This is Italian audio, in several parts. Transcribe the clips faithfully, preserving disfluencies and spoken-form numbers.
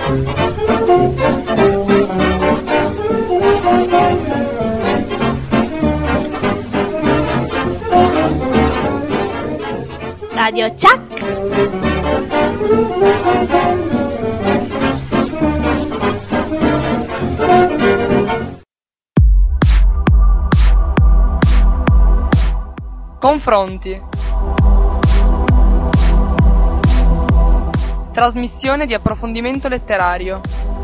Radio Chuck. Confronti. Trasmissione di approfondimento letterario.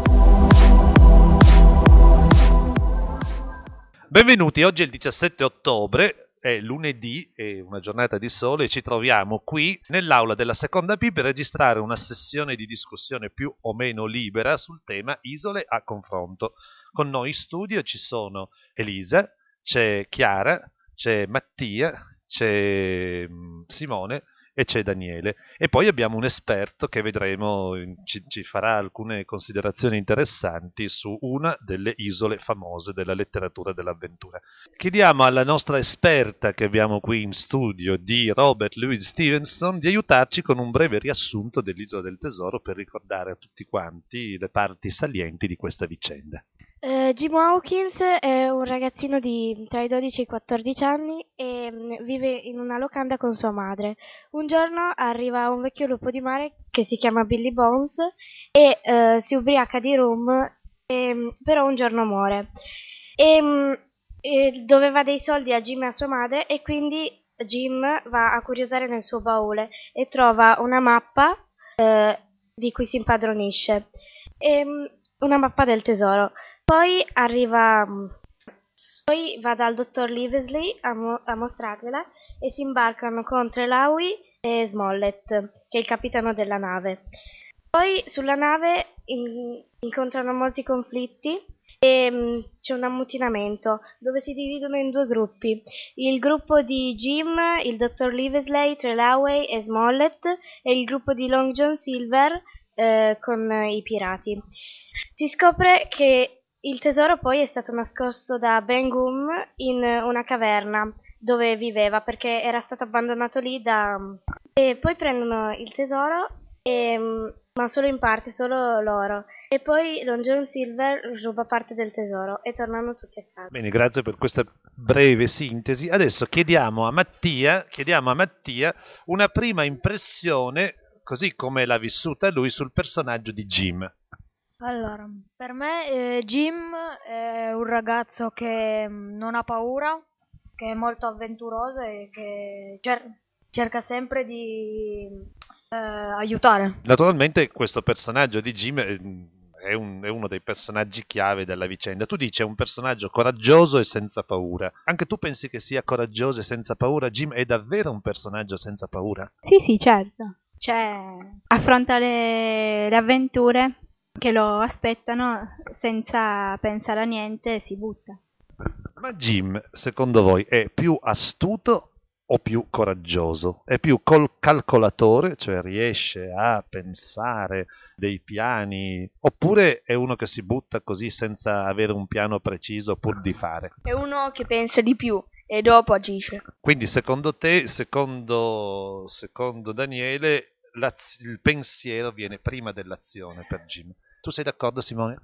Benvenuti, oggi è il diciassette ottobre, è lunedì, è una giornata di sole e ci troviamo qui nell'aula della seconda P per registrare una sessione di discussione più o meno libera sul tema isole a confronto. Con noi in studio ci sono Elisa, c'è Chiara, c'è Mattia, c'è Simone e c'è Daniele, e poi abbiamo un esperto che vedremo ci, ci farà alcune considerazioni interessanti su una delle isole famose della letteratura dell'avventura. Chiediamo alla nostra esperta che abbiamo qui in studio, di Robert Louis Stevenson, di aiutarci con un breve riassunto dell'Isola del Tesoro per ricordare a tutti quanti le parti salienti di questa vicenda. Uh, Jim Hawkins è un ragazzino di tra i dodici e i quattordici anni e um, vive in una locanda con sua madre. Un giorno arriva un vecchio lupo di mare che si chiama Billy Bones e uh, si ubriaca di rum, e, um, però un giorno muore. E, um, e doveva dei soldi a Jim e a sua madre, e quindi Jim va a curiosare nel suo baule e trova una mappa uh, di cui si impadronisce, e, um, una mappa del tesoro. Poi arriva, poi va dal dottor Livesey a, mo- a mostrargliela e si imbarcano con Trelawney e Smollett, che è il capitano della nave. Poi sulla nave in- incontrano molti conflitti e mh, c'è un ammutinamento dove si dividono in due gruppi: il gruppo di Jim, il dottor Livesey, Trelawney e Smollett, e il gruppo di Long John Silver eh, con i pirati. Si scopre che il tesoro poi è stato nascosto da Ben Gunn in una caverna dove viveva, perché era stato abbandonato lì da... E poi prendono il tesoro, e... ma solo in parte, solo l'oro. E poi Long John Silver ruba parte del tesoro e tornano tutti a casa. Bene, grazie per questa breve sintesi. Adesso chiediamo a Mattia, chiediamo a Mattia una prima impressione, così come l'ha vissuta lui, sul personaggio di Jim. Allora, per me eh, Jim è un ragazzo che mh, non ha paura, che è molto avventuroso e che cer- cerca sempre di eh, aiutare. Naturalmente questo personaggio di Jim è, un, è uno dei personaggi chiave della vicenda. Tu dici è un personaggio coraggioso e senza paura. Anche tu pensi che sia coraggioso e senza paura? Jim è davvero un personaggio senza paura? Sì, sì, certo. Cioè, affronta le, le avventure che lo aspettano senza pensare a niente e si butta. Ma Jim, secondo voi, è più astuto o più coraggioso? È più col calcolatore, cioè riesce a pensare dei piani, oppure è uno che si butta così senza avere un piano preciso pur di fare? È uno che pensa di più e dopo agisce. Quindi secondo te, secondo, secondo Daniele, il pensiero viene prima dell'azione per Jim. Tu sei d'accordo, Simone?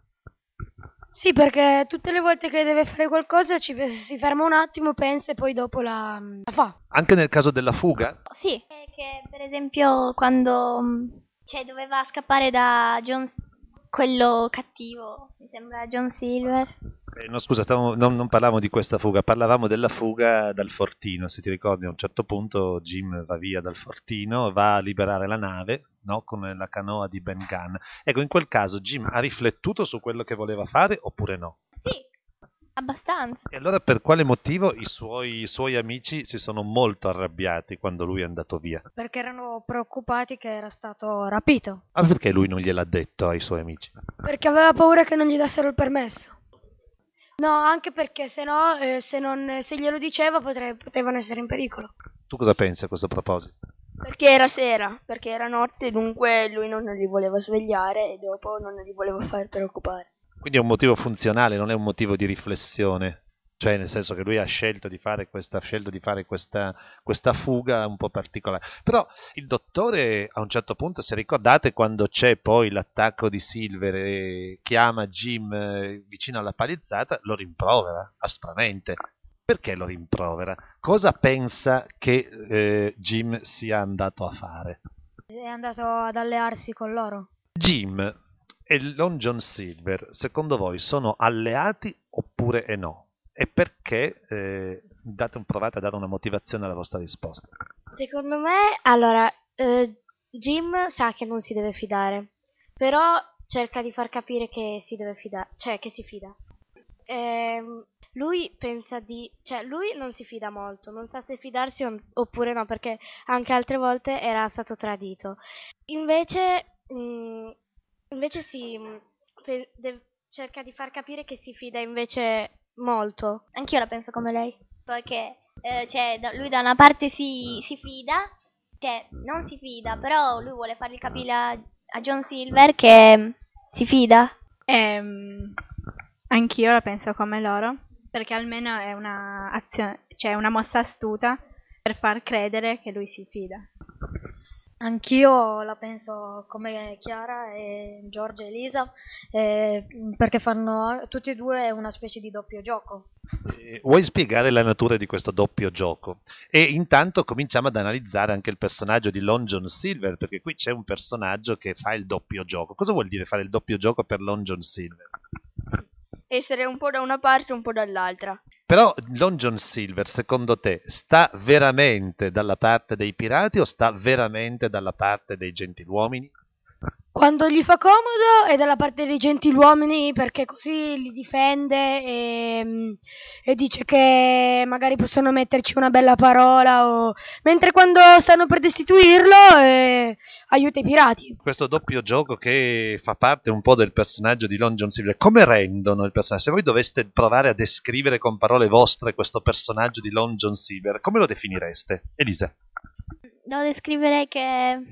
Sì, perché tutte le volte che deve fare qualcosa ci, si ferma un attimo, pensa e poi dopo la, la fa. Anche nel caso della fuga? Sì, che per esempio quando cioè, doveva scappare da John, quello cattivo, mi sembra John Silver. Eh, no, scusa, stavamo, non, non parlavamo di questa fuga, parlavamo della fuga dal fortino. Se ti ricordi, a un certo punto Jim va via dal fortino, va a liberare la nave, no? Come la canoa di Ben Gunn. Ecco, in quel caso Jim ha riflettuto su quello che voleva fare oppure no? Sì, abbastanza. E allora per quale motivo i suoi, i suoi amici si sono molto arrabbiati quando lui è andato via? Perché erano preoccupati che era stato rapito. Ma perché lui non gliel'ha detto ai suoi amici? Perché aveva paura che non gli dessero il permesso. No, anche perché se no, eh, se, non, se glielo diceva potre, potevano essere in pericolo. Tu cosa pensi a questo proposito? Perché era sera, perché era notte, dunque lui non li voleva svegliare e dopo non li voleva far preoccupare. Quindi è un motivo funzionale, non è un motivo di riflessione. Cioè, nel senso che lui ha scelto di fare questa, ha scelto di fare questa, questa fuga un po' particolare. Però il dottore a un certo punto, se ricordate, quando c'è poi l'attacco di Silver e chiama Jim eh, vicino alla palizzata, lo rimprovera aspramente. Perché lo rimprovera? Cosa pensa che eh, Jim sia andato a fare? È andato ad allearsi con loro. Jim e Long John Silver, secondo voi, sono alleati oppure e no? E perché? Eh, date un, provate a dare una motivazione alla vostra risposta. Secondo me, allora, eh, Jim sa che non si deve fidare, però cerca di far capire che si deve fidare, cioè che si fida. Ehm, lui pensa di, cioè lui non si fida molto, non sa se fidarsi o- oppure no, perché anche altre volte era stato tradito. Invece, mh, invece si pe- de- cerca di far capire che si fida invece molto. Anch'io la penso come lei, perché eh, cioè, da- lui da una parte si, si fida, cioè non si fida, però lui vuole fargli capire a, a John Silver che si fida. Ehm, anch'io la penso come loro, perché almeno è una azione, cioè una mossa astuta per far credere che lui si fida. Anch'io la penso come Chiara e Giorgia e Elisa, eh, perché fanno tutti e due una specie di doppio gioco. Eh, vuoi spiegare la natura di questo doppio gioco? E intanto cominciamo ad analizzare anche il personaggio di Long John Silver, perché qui c'è un personaggio che fa il doppio gioco. Cosa vuol dire fare il doppio gioco per Long John Silver? Essere un po' da una parte e un po' dall'altra. Però Long John Silver, secondo te, sta veramente dalla parte dei pirati o sta veramente dalla parte dei gentiluomini? Quando gli fa comodo è dalla parte dei gentiluomini perché così li difende e, e dice che magari possono metterci una bella parola, o... mentre quando stanno per destituirlo eh, aiuta i pirati. Questo doppio gioco che fa parte un po' del personaggio di Long John Silver, come rendono il personaggio? Se voi doveste provare a descrivere con parole vostre questo personaggio di Long John Silver, come lo definireste? Elisa? Devo descrivere che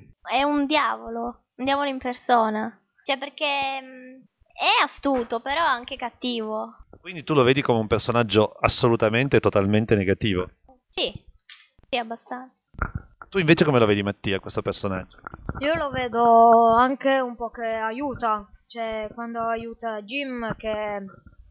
è un diavolo, un diavolo in persona. Cioè perché mh, è astuto, però anche cattivo. Quindi tu lo vedi come un personaggio assolutamente e totalmente negativo. Sì, sì, abbastanza. Tu invece come lo vedi, Mattia, questo personaggio? Io lo vedo anche un po' che aiuta, cioè quando aiuta Jim, che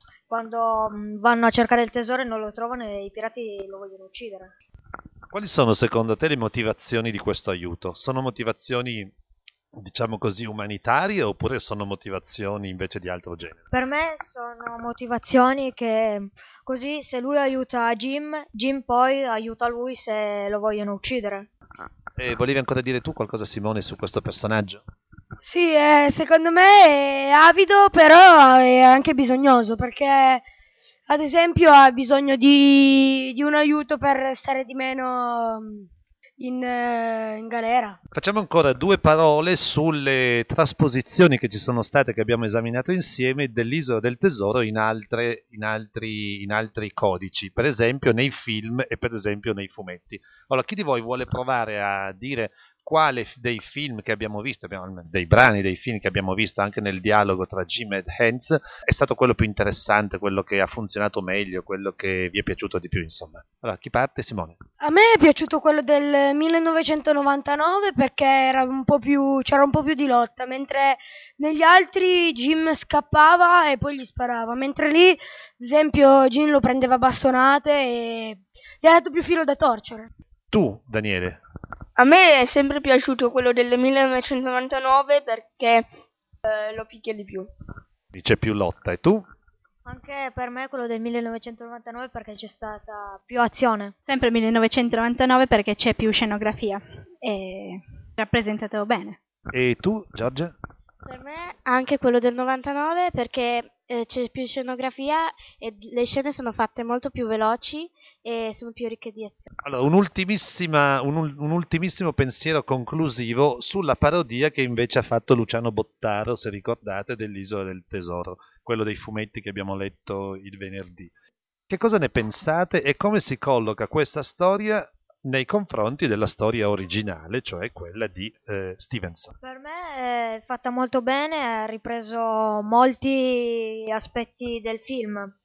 quando mh, vanno a cercare il tesoro e non lo trovano e i pirati lo vogliono uccidere. Quali sono secondo te le motivazioni di questo aiuto? Sono motivazioni, diciamo così, umanitarie oppure sono motivazioni invece di altro genere? Per me sono motivazioni che così se lui aiuta Jim, Jim poi aiuta lui se lo vogliono uccidere. E volevi ancora dire tu qualcosa, Simone, su questo personaggio? Sì, eh, secondo me è avido, però è anche bisognoso, perché ad esempio ha bisogno di, di un aiuto per stare di meno in, eh, in galera. Facciamo ancora due parole sulle trasposizioni che ci sono state, che abbiamo esaminato insieme, dell'Isola del Tesoro in, altre, in, altri, in altri codici, per esempio nei film e per esempio nei fumetti. Allora, chi di voi vuole provare a dire quale dei film che abbiamo visto, abbiamo, dei brani dei film che abbiamo visto anche nel dialogo tra Jim e Hans, è stato quello più interessante, quello che ha funzionato meglio, quello che vi è piaciuto di più, insomma. Allora, chi parte? Simone. A me è piaciuto quello del millenovecentonovantanove perché era un po' più, c'era un po' più di lotta, mentre negli altri Jim scappava e poi gli sparava, mentre lì, ad esempio, Jim lo prendeva a bastonate e gli ha dato più filo da torcere. Tu, Daniele. A me è sempre piaciuto quello del millenovecentonovantanove perché eh, lo picchia di più. C'è più lotta, e tu? Anche per me quello del millenovecentonovantanove perché c'è stata più azione. Sempre millenovecentonovantanove perché c'è più scenografia e rappresentato bene. E tu, Giorgia? Per me anche quello del novantanove perché eh, c'è più scenografia e le scene sono fatte molto più veloci e sono più ricche di azione. Allora, un'ultimissima, un, un ultimissimo pensiero conclusivo sulla parodia che invece ha fatto Luciano Bottaro, se ricordate, dell'Isola del Tesoro, quello dei fumetti che abbiamo letto il venerdì. Che cosa ne pensate e come si colloca questa storia nei confronti della storia originale, cioè quella di eh, Stevenson? Per me è fatta molto bene, ha ripreso molti aspetti del film,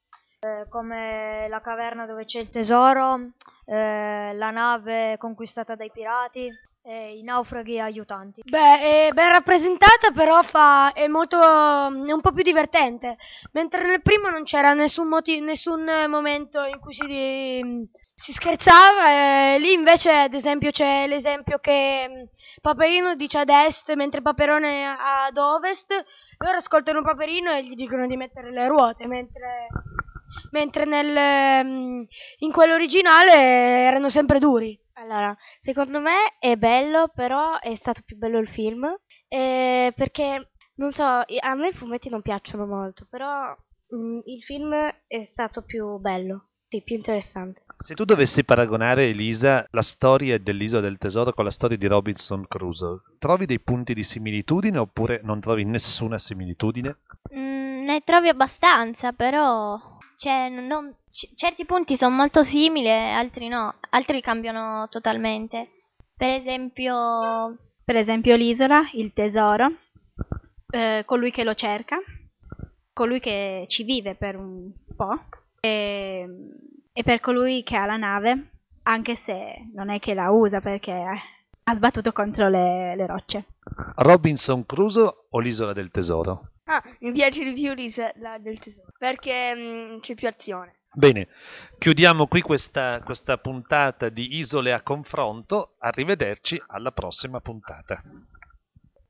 eh, come la caverna dove c'è il tesoro, eh, la nave conquistata dai pirati e i naufraghi aiutanti. Beh, è ben rappresentata, però fa, è molto, è un po' più divertente, mentre nel primo non c'era nessun, motivo, nessun momento in cui si, si scherzava, e lì invece ad esempio c'è l'esempio che Paperino dice ad est mentre Paperone ad ovest, loro ascoltano Paperino e gli dicono di mettere le ruote, mentre, mentre nel, in quello originale erano sempre duri. Allora, secondo me è bello, però è stato più bello il film, eh, perché, non so, a me i fumetti non piacciono molto, però mm, il film è stato più bello, sì, più interessante. Se tu dovessi paragonare, Elisa, la storia dell'Isola del Tesoro con la storia di Robinson Crusoe, trovi dei punti di similitudine oppure non trovi nessuna similitudine? Mm, ne trovi abbastanza, però cioè, non- c- certi punti sono molto simili, e altri no, altri cambiano totalmente. Per esempio, Per esempio l'isola, il tesoro, eh, colui che lo cerca, colui che ci vive per un po', e, e per colui che ha la nave, anche se non è che la usa perché ha sbattuto contro le, le rocce. Robinson Crusoe o l'Isola del Tesoro? Ah, mi piace di più l'isola del tesoro, perché mm, c'è più azione. Bene, chiudiamo qui questa, questa puntata di Isole a confronto. Arrivederci alla prossima puntata.